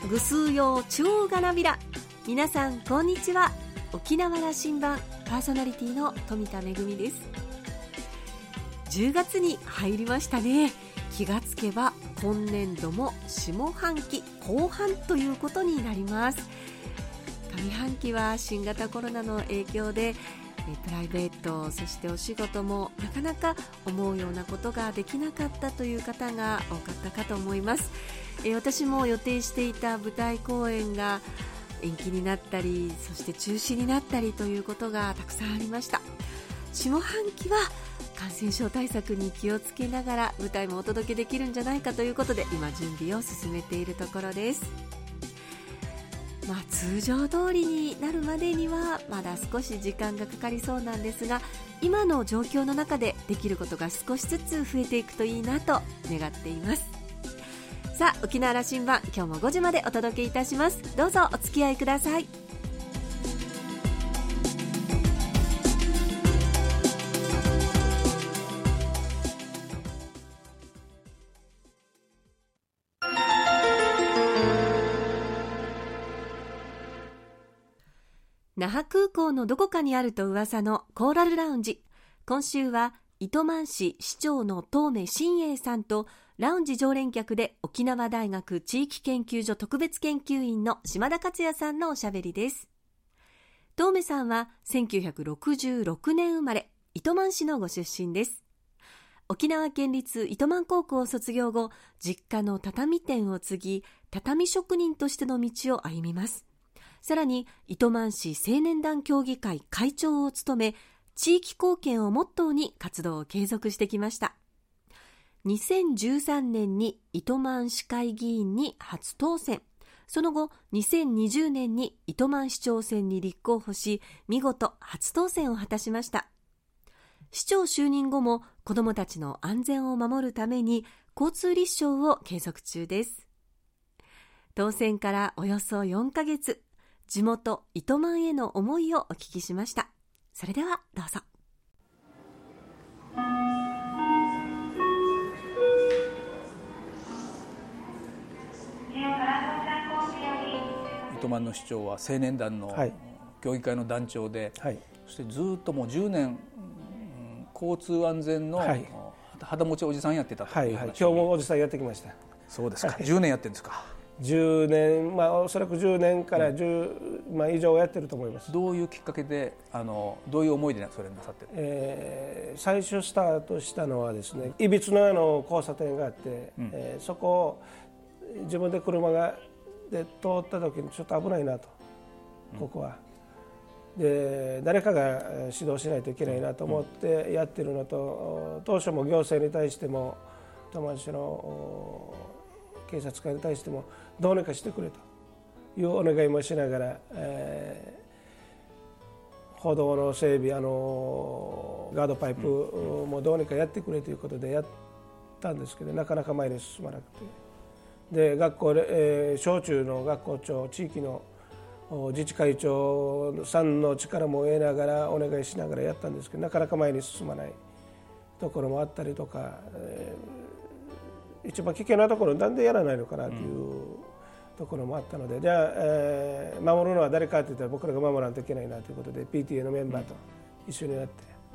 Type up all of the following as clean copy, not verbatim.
ぐすうようちゅうがなびら。皆さんこんにちは。沖縄羅針盤パーソナリティの富田恵です。10月に入りましたね。気がつけば今年度も下半期後半ということになります。上半期は新型コロナの影響でプライベート、そしてお仕事もなかなか思うようなことができなかったという方が多かったかと思います。私も予定していた舞台公演が延期になったり、そして中止になったりということがたくさんありました。下半期は感染症対策に気をつけながら舞台もお届けできるんじゃないかということで、今準備を進めているところです。通常通りになるまでにはまだ少し時間がかかりそうなんですが、今の状況の中でできることが少しずつ増えていくといいなと願っています。さあ、沖縄羅針盤、今日も5時までお届けいたします。どうぞお付き合いください。那覇空港のどこかにあると噂のコーラルラウンジ。今週は糸満市市長の東目新栄さんと、ラウンジ常連客で沖縄大学地域研究所特別研究員の島田克也さんのおしゃべりです。東目さんは1966年生まれ、糸満市のご出身です。沖縄県立糸満高校を卒業後、実家の畳店を継ぎ、畳職人としての道を歩みます。さらに糸満市青年団協議会会長を務め、地域貢献をモットーに活動を継続してきました。2013年に糸満市会議員に初当選。その後2020年に糸満市長選に立候補し、見事初当選を果たしました。市長就任後も子どもたちの安全を守るために交通立証を継続中です。当選からおよそ4ヶ月、地元糸満への思いをお聞きしました。それではどうぞ。 糸満の市長は青年団の協議会の団長で、そしてずっともう10年、交通安全の肌持ちおじさんやってたという話。 今日もおじさんやってきました。 そうですか、10年やってるんですか。 10年、おそらく10年から10、以上やってると思います。 どういうきっかけでどういう思いでそれなさってる？ 最初スタートしたのはですね、いびつの交差点があって、そこを自分で車で通った時にちょっと危ないなと、ここはで誰かが指導しないといけないなと思ってやってるのと、当初も行政に対しても糸満市の警察官に対してもどうにかしてくれというお願いもしながら、歩道の整備、ガードパイプもどうにかやってくれということでやったんですけど、なかなか前に進まなくて、で学校で、小中の学校長、地域の自治会長さんの力も得ながらお願いしながらやったんですけど、なかなか前に進まないところもあったりとか、一番危険なところなんでやらないのかなというところもあったので、じゃあ、守るのは誰かといったら僕らが守らないといけないなということで PTA のメンバーと一緒になって、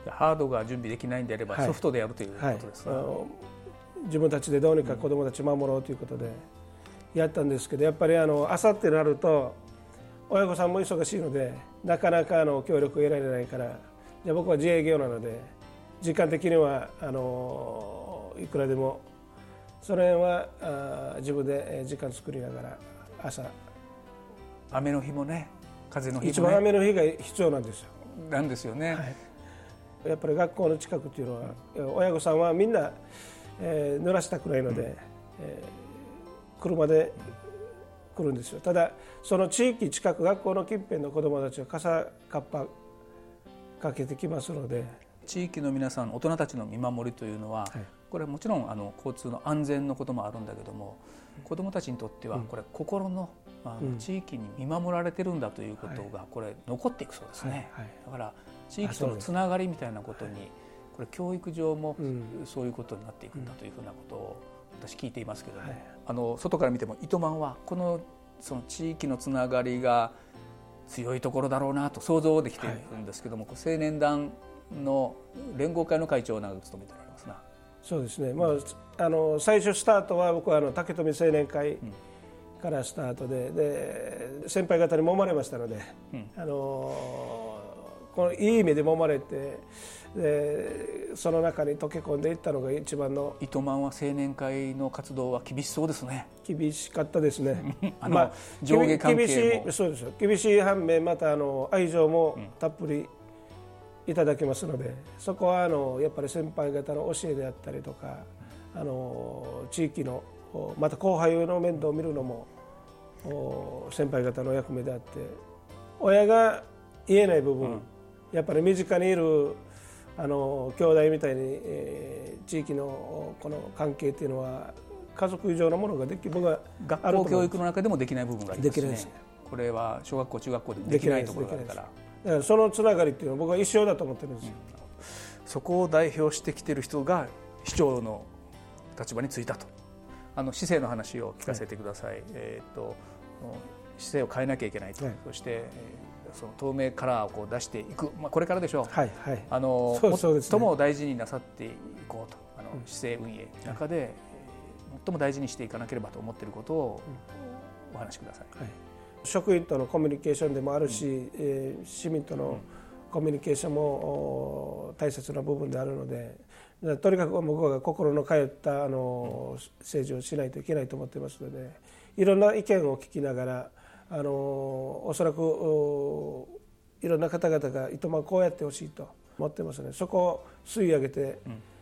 ハードが準備できないんであればソフトでやるということですね。 自分たちでどうにか子どもたち守ろうということでやったんですけど、やっぱりあさってになると親御さんも忙しいのでなかなか協力を得られないから、じゃあ僕は自営業なので時間的にはいくらでもそれは自分で時間作りながら、朝雨の日もね、風の日もね、 一番雨の日が必要なんですよ。 なんですよね、 やっぱり学校の近くっていうのは親御さんはみんな、濡らしたくないので、車で来るんですよ。ただその地域近く、学校の近辺の子どもたちは傘カッパかけてきますので、 地域の皆さん、大人たちの見守りというのは、これはもちろん交通の安全のこともあるんだけども、子どもたちにとってはこれ心の、地域に見守られてるんだということがこれ残っていくそうですね。だから地域とのつながりみたいなことに、これ教育上もそういうことになっていくんだというふうなことを私聞いていますけども、外から見ても糸満はこのその地域のつながりが強いところだろうなと想像できているんですけども、青年団の連合会の会長を長く務めておられますな。 そうですね、最初スタートは僕は竹富青年会からスタートで、先輩方に揉まれましたので、このいい意味で揉まれて、その中に溶け込んでいったのが一番の。 糸満は青年会の活動は厳しそうですね。 厳しかったですね上下関係もそうですよ。厳しい反面また愛情もたっぷりいただけますので、そこはやっぱり先輩方の教えであったりとか、地域のまた後輩の面倒を見るのも先輩方の役目であって、親が言えない部分、やっぱり身近にいる兄弟みたいに、地域のこの関係っていうのは家族以上のものができる。僕は学校教育の中でもできない部分がありますね。 できないです。 これは小学校中学校でもできないところだから、 だからそのつながりっていうのは僕は一生だと思ってるんですよ。 そこを代表してきている人が市長の立場についたと。市政の話を聞かせてください。市政を変えなきゃいけないと、そしてその透明カラーを出していく、これからでしょう。最も大事になさっていこうと、市政運営の中で最も大事にしていかなければと思っていることをお話しください。 職員とのコミュニケーションでもあるし、市民とのコミュニケーションも大切な部分であるので、とにかく僕は心の通った政治をしないといけないと思っていますので、いろんな意見を聞きながら、おそらくいろんな方々が糸満こうやってほしいと思ってますので、そこを吸い上げて、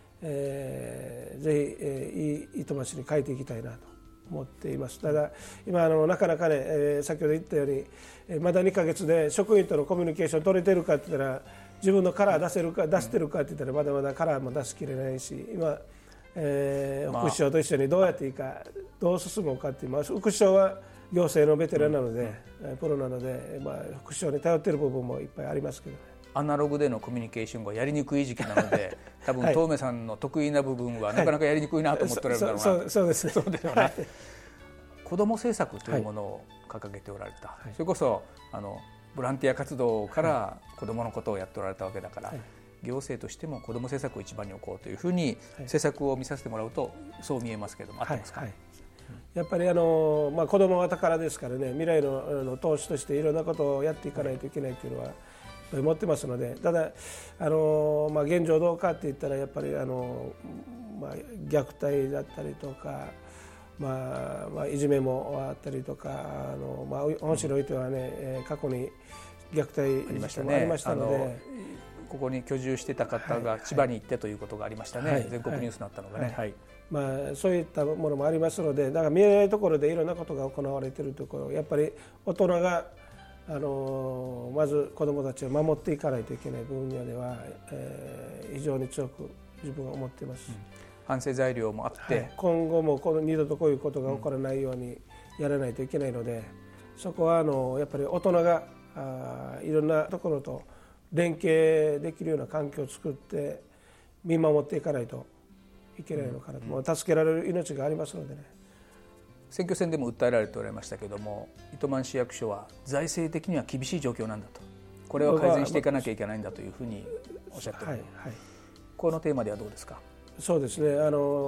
ぜひ糸満市に変えていきたいなと思っています。ただ今なかなかね、先ほど言ったようにまだ2ヶ月で職員とのコミュニケーション取れてるかって言ったら、自分のカラー出してるかって言ったらまだまだカラーも出しきれないし、今、副市長と一緒にどうやっていいか、どう進もうかっていう、副市長は行政のベテランなので、プロなので、副市長に頼っている部分もいっぱいありますけどね。 アナログでのコミュニケーションがやりにくい時期なので、多分東目さんの得意な部分はなかなかやりにくいなと思っておられるだろうな。 そうですね。 そうですよね。子ども政策というものを掲げておられた、それこそボランティア活動から子どものことをやっておられたわけだから、行政としても子ども政策を一番に置こうというふうに政策を見させてもらうとそう見えますけれども、合ってますか？ やっぱり子どもは宝ですからね、未来の投資としていろんなことをやっていかないといけないというのは持ってますので、ただ現状どうかって言ったらやっぱり虐待だったりとか、いじめもあったりとか、本市においてはね、過去に虐待ありましたもありましたので、 ここに居住してた方が千葉に行ってということがありましたね。全国ニュースになったのがね。 そういったものもありますので、だから見えないところでいろんなことが行われているところ、やっぱり大人がまず子どもたちを守っていかないといけない分野では、非常に強く自分は思っています。 反省材料もあって、 今後も二度とこういうことが起こらないようにやらないといけないので、そこはやっぱり大人がいろんなところと連携できるような環境を作って見守っていかないといけないのかなと、助けられる命がありますのでね。 選挙戦でも訴えられておられましたけれども、糸満市役所は財政的には厳しい状況なんだと、これを改善していかなきゃいけないんだというふうにおっしゃっておられる、このテーマではどうですか？ そうですね、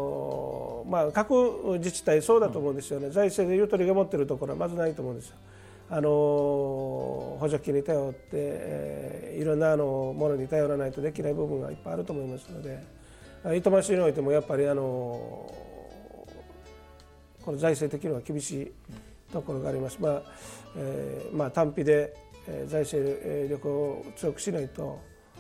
各自治体そうだと思うんですよね。財政でゆとりが持っているところはまずないと思うんですよ。補助金に頼って、いろんなものに頼らないとできない部分がいっぱいあると思いますので、糸満市においてもやっぱりこの財政的には厳しいところがあります。単費で財政力を強くしないと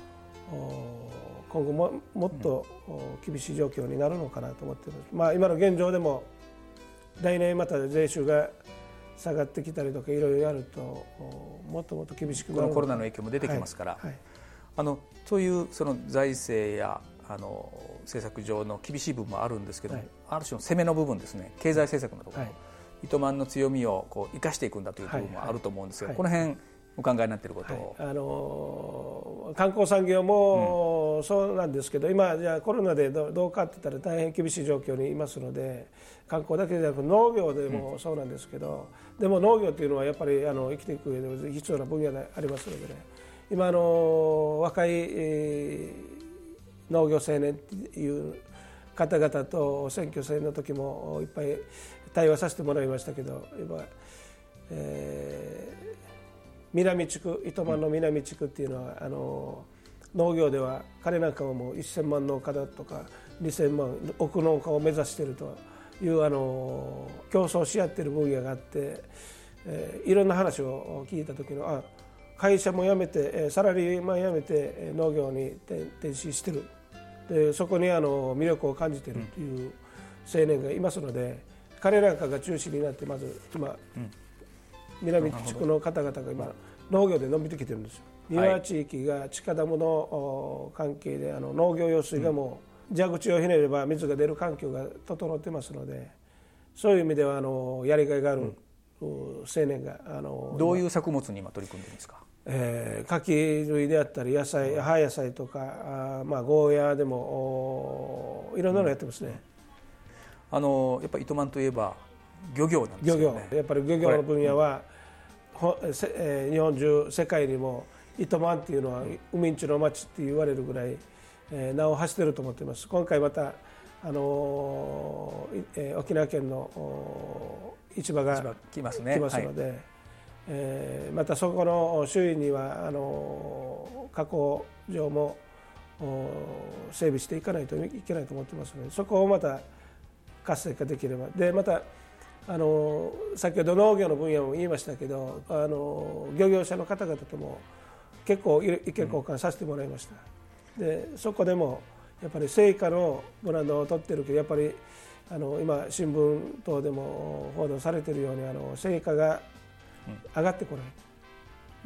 今後もっと厳しい状況になるのかなと思っています。今の現状でも来年また税収が下がってきたりとかいろいろやるともっともっと厳しくなる。 このコロナの影響も出てきますから、そういうその財政や政策上の厳しい部分もあるんですけども、ある種の攻めの部分ですね、経済政策のところ、糸満の強みを生かしていくんだという部分もあると思うんですが、この辺お考えになっていることを、 観光産業もそうなんですけど、今じゃあコロナでどうかって言ったら大変厳しい状況にいますので、観光だけでなく農業でもそうなんですけど、でも農業というのはやっぱり生きていく上で必要な分野でありますのでね、今若い、農業青年っていう方々と選挙戦の時もいっぱい対話させてもらいましたけど、今、南地区、糸満の南地区っていうのは農業では彼なんかはもう1000万農家だとか2000万億農家を目指しているという競争し合っている分野があって、いろんな話を聞いた時の会社も辞めてサラリーマン辞めて農業に転身している、でそこに魅力を感じているという青年がいますので、彼なんかが中心になってまず今、南地区の方々が今農業で伸びてきてるんですよ。庭地域が地下ダムの関係で農業用水がもう蛇口をひねれば水が出る環境が整ってますので、そういう意味ではやりがいがある青年がどういう作物に今取り組んでるんですか？ 柿類であったり野菜、葉野菜とかゴーヤーでもいろんなのやってますね。 やっぱり糸満といえば漁業なんですよね。 やっぱり漁業の分野は、日本中世界にも糸満っていうのは海んちの町って言われるぐらい、名を馳していると思っています。今回また沖縄県の市場が来ますので、またそこの周囲には加工場も整備していかないといけないと思ってますので、そこをまた活性化できれば。でまた先ほど農業の分野も言いましたけど、漁業者の方々とも結構意見交換させてもらいました。でそこでもやっぱり成果のブランドを取ってるけど、やっぱり今新聞等でも報道されているように成果が上がってこない、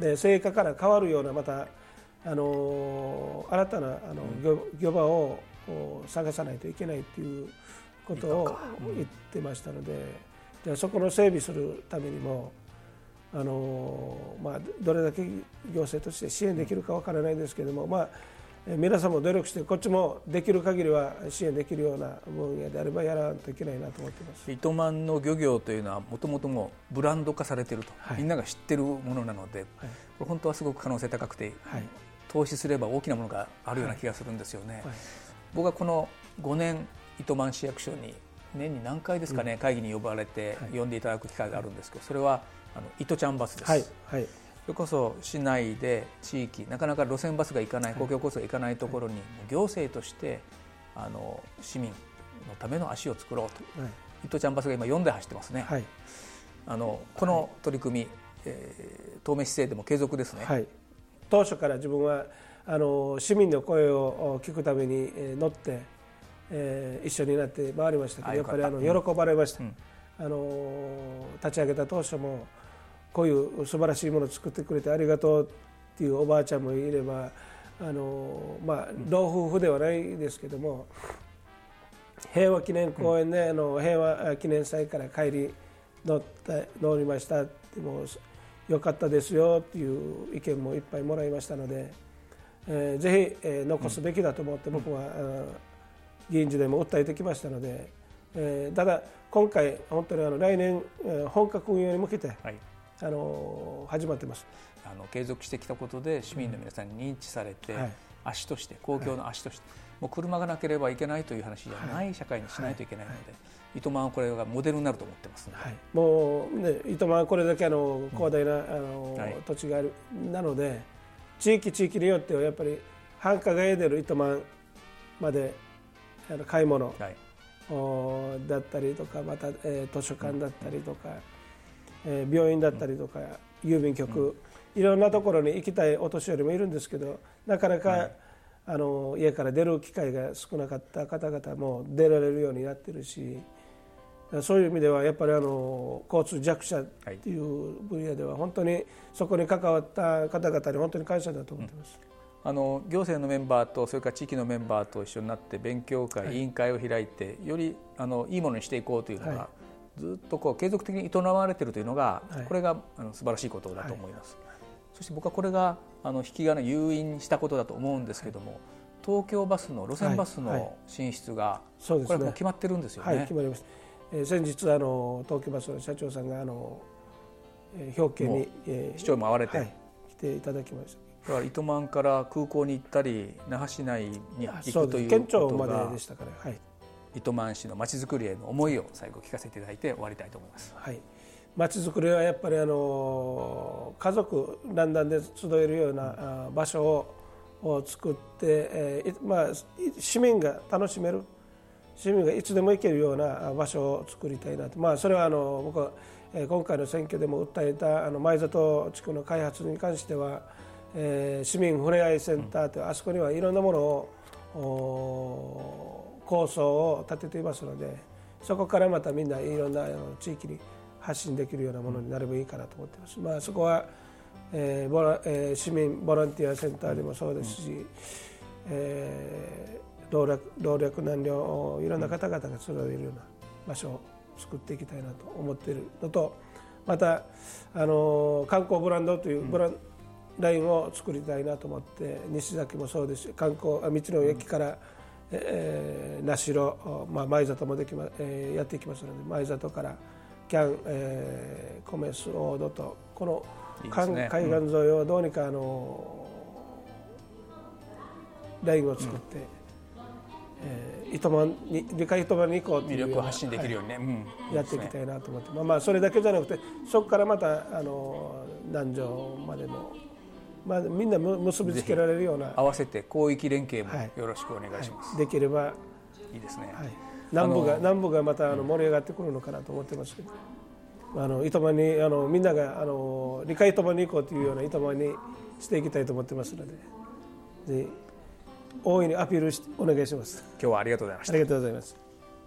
で成果から変わるようなまた新たな漁場を探さないといけないということを言ってましたので、そこの整備するためにもどれだけ行政として支援できるかわからないですけれども、皆さんも努力してこっちもできる限りは支援できるような分野であればやらないといけないなと思っています。 糸満の漁業というのはもともともブランド化されていると、みんなが知っているものなので、これ本当はすごく可能性高くて、投資すれば大きなものがあるような気がするんですよね。僕はこの5年糸満市役所に年に何回ですかね、会議に呼ばれて呼んでいただく機会があるんですけど、それは糸ちゃんバスです。それこそ市内で地域なかなか路線バスが行かない、公共交通が行かないところに行政として市民のための足を作ろうと、糸ちゃんバスが今4台走ってますね。この取り組み、東名市政でも継続ですね。 当初から自分は市民の声を聞くために乗って一緒になって回りましたけど、やっぱり喜ばれました。立ち上げた当初もこういう素晴らしいものを作ってくれてありがとうっていうおばあちゃんもいれば、老夫婦ではないですけども、平和記念公園で平和記念祭から帰り乗りましたって、もう良かったですよっていう意見もいっぱいもらいましたので、ぜひ残すべきだと思って僕は議員時代も訴えてきましたので、ただ今回本当に来年本格運用に向けて、始まってます。 継続してきたことで市民の皆さんに認知されて、足として公共の足として、もう車がなければいけないという話じゃない社会にしないといけないので、糸満はこれがモデルになると思ってます、 もうね、糸満はこれだけ広大な土地があるなので、地域によってはやっぱり繁華街での糸満まで買い物だったりとか、また図書館だったりとか、病院だったりとか、郵便局、いろんなところに行きたいお年寄りもいるんですけど、なかなか家から出る機会が少なかった方々も出られるようになってるし、そういう意味ではやっぱり交通弱者っていう分野では本当にそこに関わった方々に本当に感謝だと思っています。 行政のメンバーとそれから地域のメンバーと一緒になって勉強会、委員会を開いて、よりいいものにしていこうというのが、ずっと継続的に営まれているというのが、これが素晴らしいことだと思います。 そして僕はこれが引き金誘引したことだと思うんですけども、東京バスの路線バスの進出が、これはもう決まってるんですよね。 決まりました。先日東京バスの社長さんが表敬に市長も会われて、 来ていただきました。 だから糸満から空港に行ったり那覇市内に行くという県庁ことまでがでしたから、 糸満市のまちづくりへの思いを最後聞かせていただいて終わりたいと思います。 まちづくりはやっぱり家族団々で集えるような場所を作って、市民が楽しめる、市民がいつでも行けるような場所を作りたいなと、それは僕は今回の選挙でも訴えた前里地区の開発に関しては、市民ふれあいセンターというあそこにはいろんなものを構想を立てていますので、そこからまたみんないろんな地域に発信できるようなものになればいいかなと思っています。そこは、市民ボランティアセンターでもそうですし、老若男女いろんな方々が集えるような場所を作っていきたいなと思っているのと、また観光ブランドというブランラインを作りたいなと思って、西崎もそうですし、道の駅から名城、前里もやっていきますので、前里からキャン、コメス、大戸とこの海岸沿いをどうにかラインを作って、理解糸満に行こうという魅力を発信できるようにね、 やっていきたいなと思って、それだけじゃなくて、そこからまた南城までも、みんな結びつけられるような、 合わせて広域連携もよろしくお願いします。 できればいいですね。 南部がまた盛り上がってくるのかなと思ってますけど、糸満にみんなが理解糸満に行こうというような糸満にしていきたいと思ってますので、ぜひ大いにアピールしてお願いします。 今日はありがとうございました。 ありがとうございます。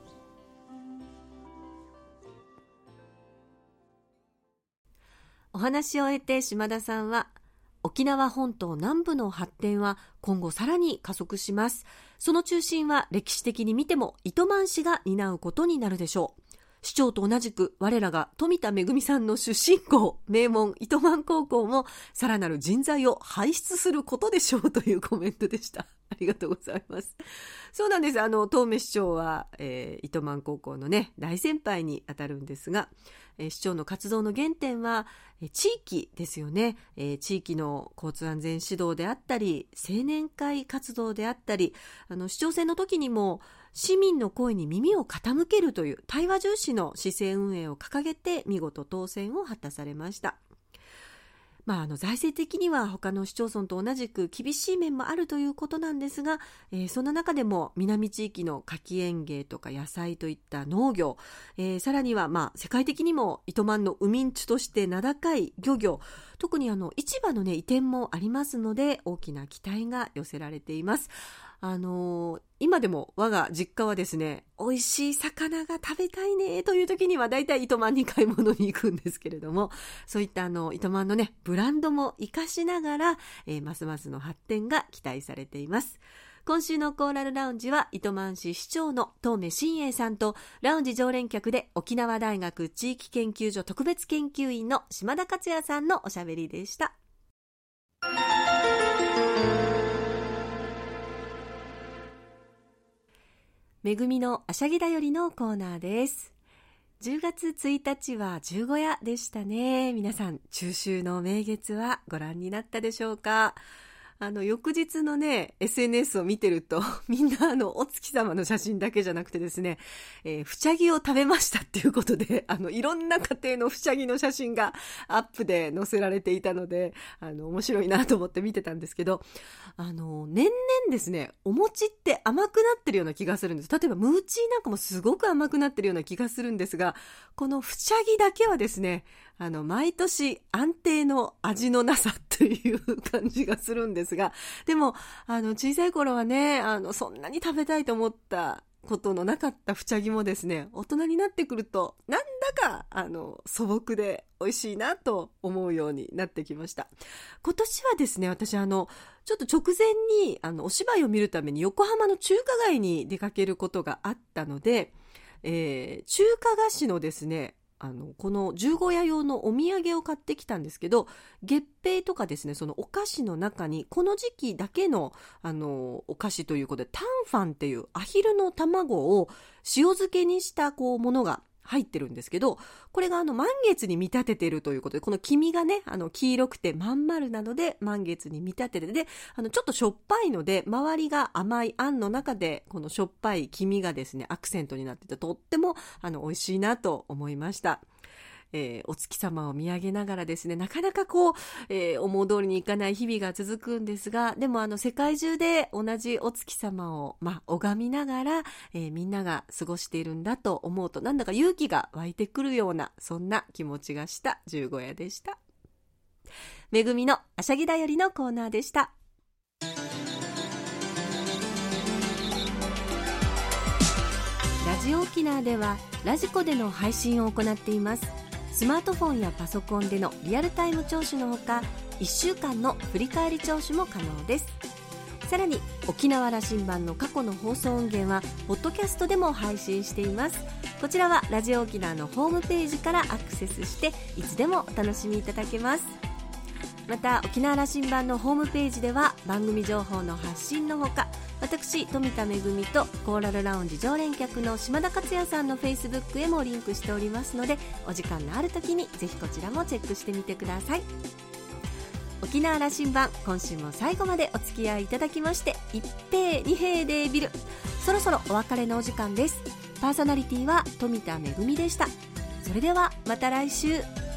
お話を終えて島田さんは、沖縄本島南部の発展は今後さらに加速します。その中心は歴史的に見ても糸満市が担うことになるでしょう。市長と同じく我らが富田恵さんの出身校、名門糸満高校もさらなる人材を輩出することでしょうというコメントでした。ありがとうございます。そうなんです。東目市長は、糸満高校のね、大先輩にあたるんですが、市長の活動の原点は地域ですよね。地域の交通安全指導であったり、青年会活動であったり、市長選の時にも市民の声に耳を傾けるという対話重視の市政運営を掲げて見事当選を果たされました。財政的には他の市町村と同じく厳しい面もあるということなんですが、そんな中でも南地域の柿園芸とか野菜といった農業、さらには世界的にも糸満の海んちとして名高い漁業、特に市場の移転もありますので大きな期待が寄せられています。今でも我が実家はですね、美味しい魚が食べたいねという時にはだいたい糸満に買い物に行くんですけれども、そういった糸満のねブランドも生かしながら、ますますの発展が期待されています。今週のコーラルラウンジは糸満市市長の東目新栄さんとラウンジ常連客で沖縄大学地域研究所特別研究員の島田克也さんのおしゃべりでした。めぐみのあしゃぎだよりのコーナーです。10月1日は十五夜でしたね。皆さん中秋の名月はご覧になったでしょうか。翌日のね SNS を見てるとみんなお月様の写真だけじゃなくてですね、ふちゃぎを食べましたっていうことでいろんな家庭のふちゃぎの写真がアップで載せられていたので面白いなと思って見てたんですけど、年々ですねお餅って甘くなってるような気がするんです。例えばムーチーなんかもすごく甘くなってるような気がするんですが、このふちゃぎだけはですね毎年安定の味のなさという感じがするんですが、でも小さい頃はねそんなに食べたいと思ったことのなかったふちゃぎもですね、大人になってくるとなんだか素朴で美味しいなと思うようになってきました。今年はですね、私ちょっと直前にお芝居を見るために横浜の中華街に出かけることがあったので、中華菓子のですねこの十五夜用のお土産を買ってきたんですけど、月餅とかですね、そのお菓子の中にこの時期だけの、お菓子ということで、タンファンっていうアヒルの卵を塩漬けにしたものが入ってるんですけど、これが満月に見立てているということで、この黄身がね、黄色くてまん丸なので満月に見立てて、で、ちょっとしょっぱいので、周りが甘いあんの中で、このしょっぱい黄身がですね、アクセントになってて、とっても美味しいなと思いました。お月様を見上げながらですね、なかなか思う通りにいかない日々が続くんですが、でも世界中で同じお月様を拝みながら、みんなが過ごしているんだと思うと、なんだか勇気が湧いてくるような、そんな気持ちがした十五夜でした。めぐみのあしゃぎだよりのコーナーでした。ラジオ沖縄ではラジコでの配信を行っています。スマートフォンやパソコンでのリアルタイム聴取のほか、1週間の振り返り聴取も可能です。さらに沖縄羅針盤の過去の放送音源はポッドキャストでも配信しています。こちらはラジオ沖縄のホームページからアクセスして、いつでもお楽しみいただけます。また沖縄羅針盤のホームページでは番組情報の発信のほか、私富田恵とコーラルラウンジ常連客の島田克也さんの Facebook へもリンクしておりますので、お時間のある時にぜひこちらもチェックしてみてください。沖縄羅針盤、今週も最後までお付き合いいただきまして一平二平でビル、そろそろお別れのお時間です。パーソナリティは富田恵でした。それではまた来週。